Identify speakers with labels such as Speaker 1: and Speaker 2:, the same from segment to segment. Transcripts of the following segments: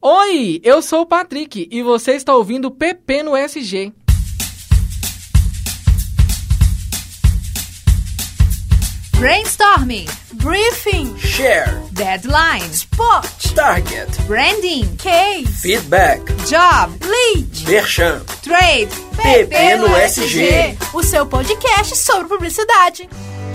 Speaker 1: Oi, eu sou o Patrick e você está ouvindo o PP no SG.
Speaker 2: Brainstorming, Briefing,
Speaker 3: Share,
Speaker 2: Deadline,
Speaker 3: Spot, Target,
Speaker 2: Branding, Case,
Speaker 3: Feedback,
Speaker 2: Job, Lead,
Speaker 3: Merchan,
Speaker 2: Trade,
Speaker 3: PP no SG,
Speaker 2: o seu podcast sobre publicidade.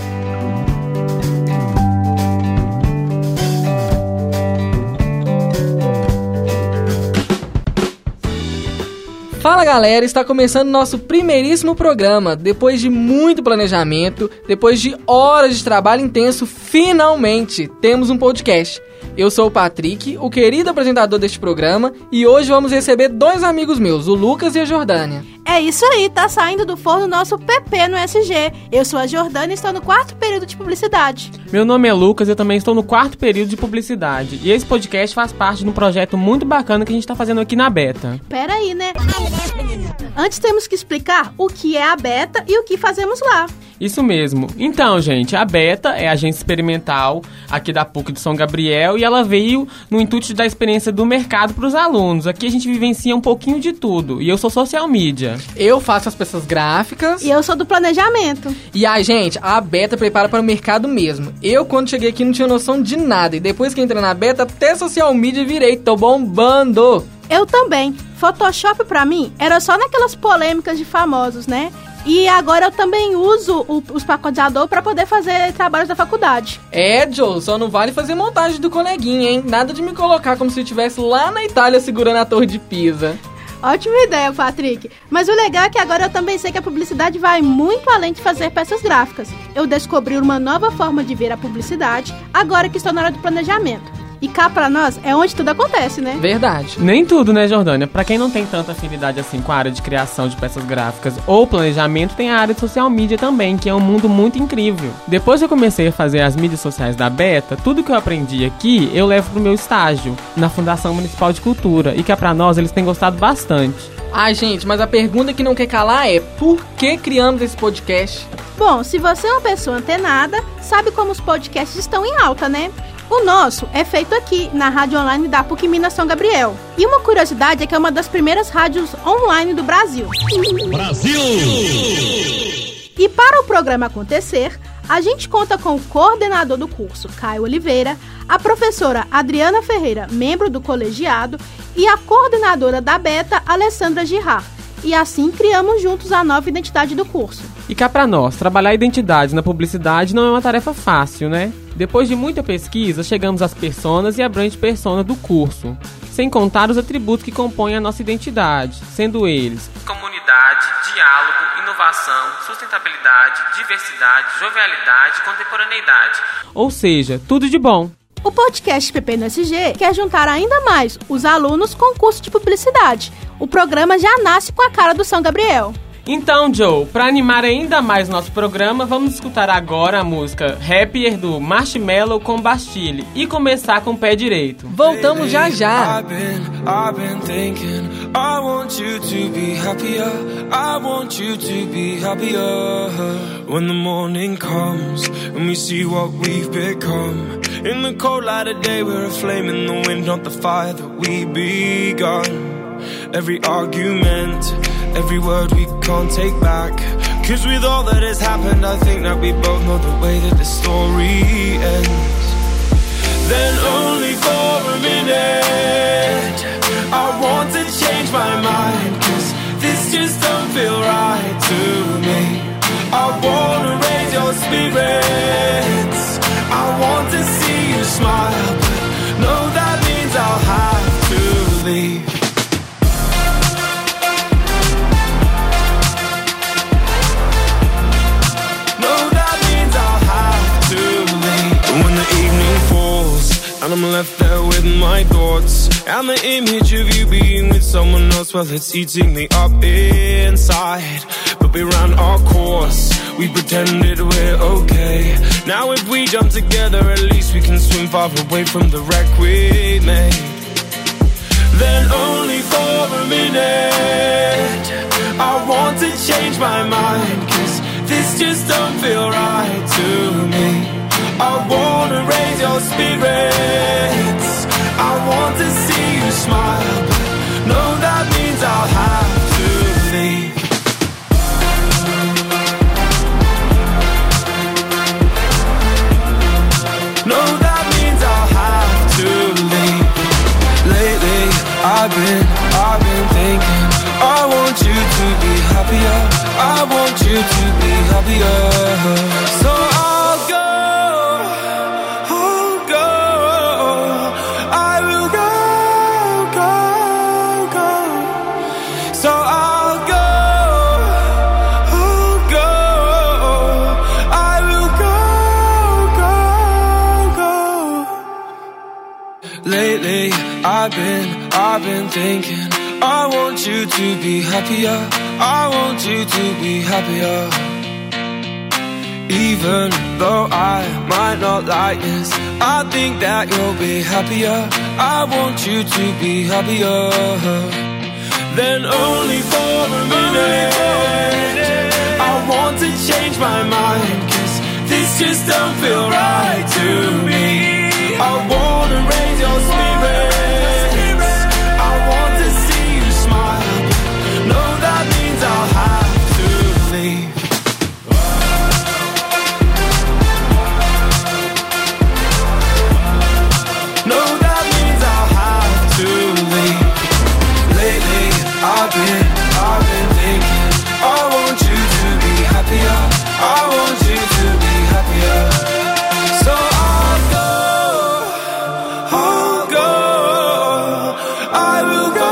Speaker 1: Fala galera, está começando nosso primeiríssimo programa. Depois de muito planejamento, depois de horas de trabalho intenso, finalmente temos um podcast. Eu sou o Patrick, o querido apresentador deste programa, e hoje vamos receber dois amigos meus, o Lucas e a Jordânia.
Speaker 4: É isso aí, tá saindo do forno nosso PP no SG. Eu sou a Jordânia e estou no 4º período de publicidade.
Speaker 5: Meu nome é Lucas, eu também estou no 4º período de publicidade. E esse podcast faz parte de um projeto muito bacana que a gente está fazendo aqui na Beta.
Speaker 4: Pera aí, né? Antes temos que explicar o que é a Beta e o que fazemos lá.
Speaker 5: Isso mesmo. Então, gente, a Beta é a agência experimental aqui da PUC de São Gabriel e ela veio no intuito de dar experiência do mercado para os alunos. Aqui a gente vivencia um pouquinho de tudo. E eu sou social media.
Speaker 1: Eu faço as peças gráficas.
Speaker 4: E eu sou do planejamento.
Speaker 1: E a gente, a Beta prepara para o mercado mesmo. Eu, quando cheguei aqui, não tinha noção de nada. E depois que entrei na Beta, até social media virei. Tô bombando.
Speaker 4: Eu também. Photoshop pra mim era só naquelas polêmicas de famosos, né? E agora eu também uso os pacotes Adobe pra poder fazer trabalhos da faculdade.
Speaker 1: É, Joe, só não vale fazer montagem do coleguinha, hein? Nada de me colocar como se eu estivesse lá na Itália segurando a Torre de Pisa.
Speaker 4: Ótima ideia, Patrick. Mas o legal é que agora eu também sei que a publicidade vai muito além de fazer peças gráficas. Eu descobri uma nova forma de ver a publicidade agora que estou na hora do planejamento. E cá pra nós é onde tudo acontece, né?
Speaker 1: Verdade.
Speaker 5: Nem tudo, né, Jordânia? Pra quem não tem tanta afinidade assim com a área de criação de peças gráficas ou planejamento, tem a área de social media também, que é um mundo muito incrível. Depois que eu comecei a fazer as mídias sociais da Beta, tudo que eu aprendi aqui, eu levo pro meu estágio na Fundação Municipal de Cultura, e que pra nós eles têm gostado bastante.
Speaker 1: Ah, gente, mas a pergunta que não quer calar é: por que criamos esse podcast?
Speaker 4: Bom, se você é uma pessoa antenada, sabe como os podcasts estão em alta, né? O nosso é feito aqui, na rádio online da PUC Minas São Gabriel. E uma curiosidade é que é uma das primeiras rádios online do Brasil.
Speaker 6: Brasil!
Speaker 4: E para o programa acontecer, a gente conta com o coordenador do curso, Caio Oliveira, a professora Adriana Ferreira, membro do colegiado, e a coordenadora da Beta, Alessandra Girard. E assim criamos juntos a nova identidade do curso.
Speaker 5: E cá pra nós, trabalhar identidades na publicidade não é uma tarefa fácil, né? Depois de muita pesquisa, chegamos às personas e à brand persona do curso, sem contar os atributos que compõem a nossa identidade, sendo eles: comunidade, diálogo, inovação, sustentabilidade, diversidade, jovialidade e contemporaneidade. Ou seja, tudo de bom.
Speaker 4: O podcast PP no SG quer juntar ainda mais os alunos com o curso de publicidade. O programa já nasce com a cara do São Gabriel.
Speaker 5: Então, Joe, para animar ainda mais nosso programa, vamos escutar agora a música Happier do Marshmello com Bastille e começar com o pé direito.
Speaker 1: Voltamos já já.
Speaker 7: I've been thinking, I want you to be happier. I want you to be happier. When the morning comes and we see what we've become. In the cold light of day, we're a flame in the wind, not the fire that we begun. Every argument, every word we can't take back. Cause with all that has happened, I think that we both know the way that the story ends. Then only for a minute, I want to change my mind. Cause this just don't feel right to me. I wanna raise your spirits, I want to see you smile, but no, that means I'll have to leave. And I'm left there with my thoughts and the image of you being with someone else. Well, it's eating me up inside. But we ran our course, we pretended we're okay. Now if we jump together, at least we can swim far away from the wreck we made. Then only for a minute, I want to change my mind. Cause this just don't feel right to me. I wanna raise your spirits, I want to see you smile. I've been thinking, I want you to be happier. I want you to be happier. So I'll go. I will go. So I'll go. I will go. Lately, I've been thinking, I want you to be happier. I want you to be happier. Even though I might not like this, I think that you'll be happier. I want you to be happier. Then only for a minute, I want to change my mind, 'cause this just don't feel right to me. I wanna raise your spirits, I want to see you smile. No, that means I'll have to leave. No, that means I'll have to leave. Lately, I've been thinking, I want you to be happier. I want you to be happier. So I'll go. I will go.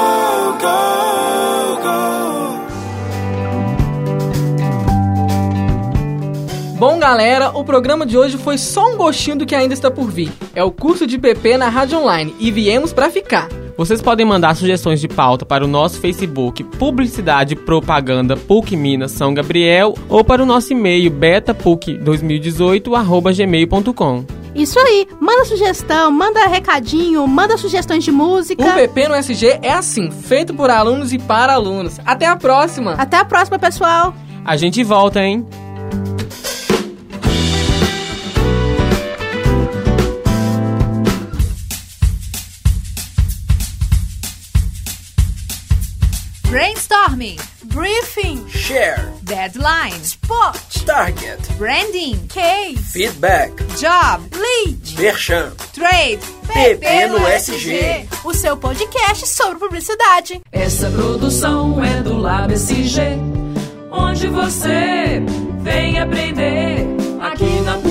Speaker 1: Bom, galera, o programa de hoje foi só um gostinho do que ainda está por vir. É o curso de PP na Rádio Online e viemos pra ficar.
Speaker 5: Vocês podem mandar sugestões de pauta para o nosso Facebook Publicidade e Propaganda PUC Minas São Gabriel ou para o nosso e-mail betapuc2018@gmail.com.
Speaker 4: Isso aí, manda sugestão, manda recadinho, manda sugestões de música.
Speaker 1: O PP no SG é assim, feito por alunos e para alunos. Até a próxima!
Speaker 4: Até a próxima, pessoal!
Speaker 5: A gente volta, hein?
Speaker 2: Brainstorming,
Speaker 4: Briefing,
Speaker 3: Share.
Speaker 2: deadline,
Speaker 4: Spot,
Speaker 3: Target.
Speaker 2: branding,
Speaker 4: Case,
Speaker 3: Feedback.
Speaker 2: job,
Speaker 4: Lead,
Speaker 3: Merchan.
Speaker 2: trade.
Speaker 3: PP no SG.
Speaker 4: o seu podcast sobre publicidade.
Speaker 6: Essa produção é do Lab SG, onde você vem aprender aqui na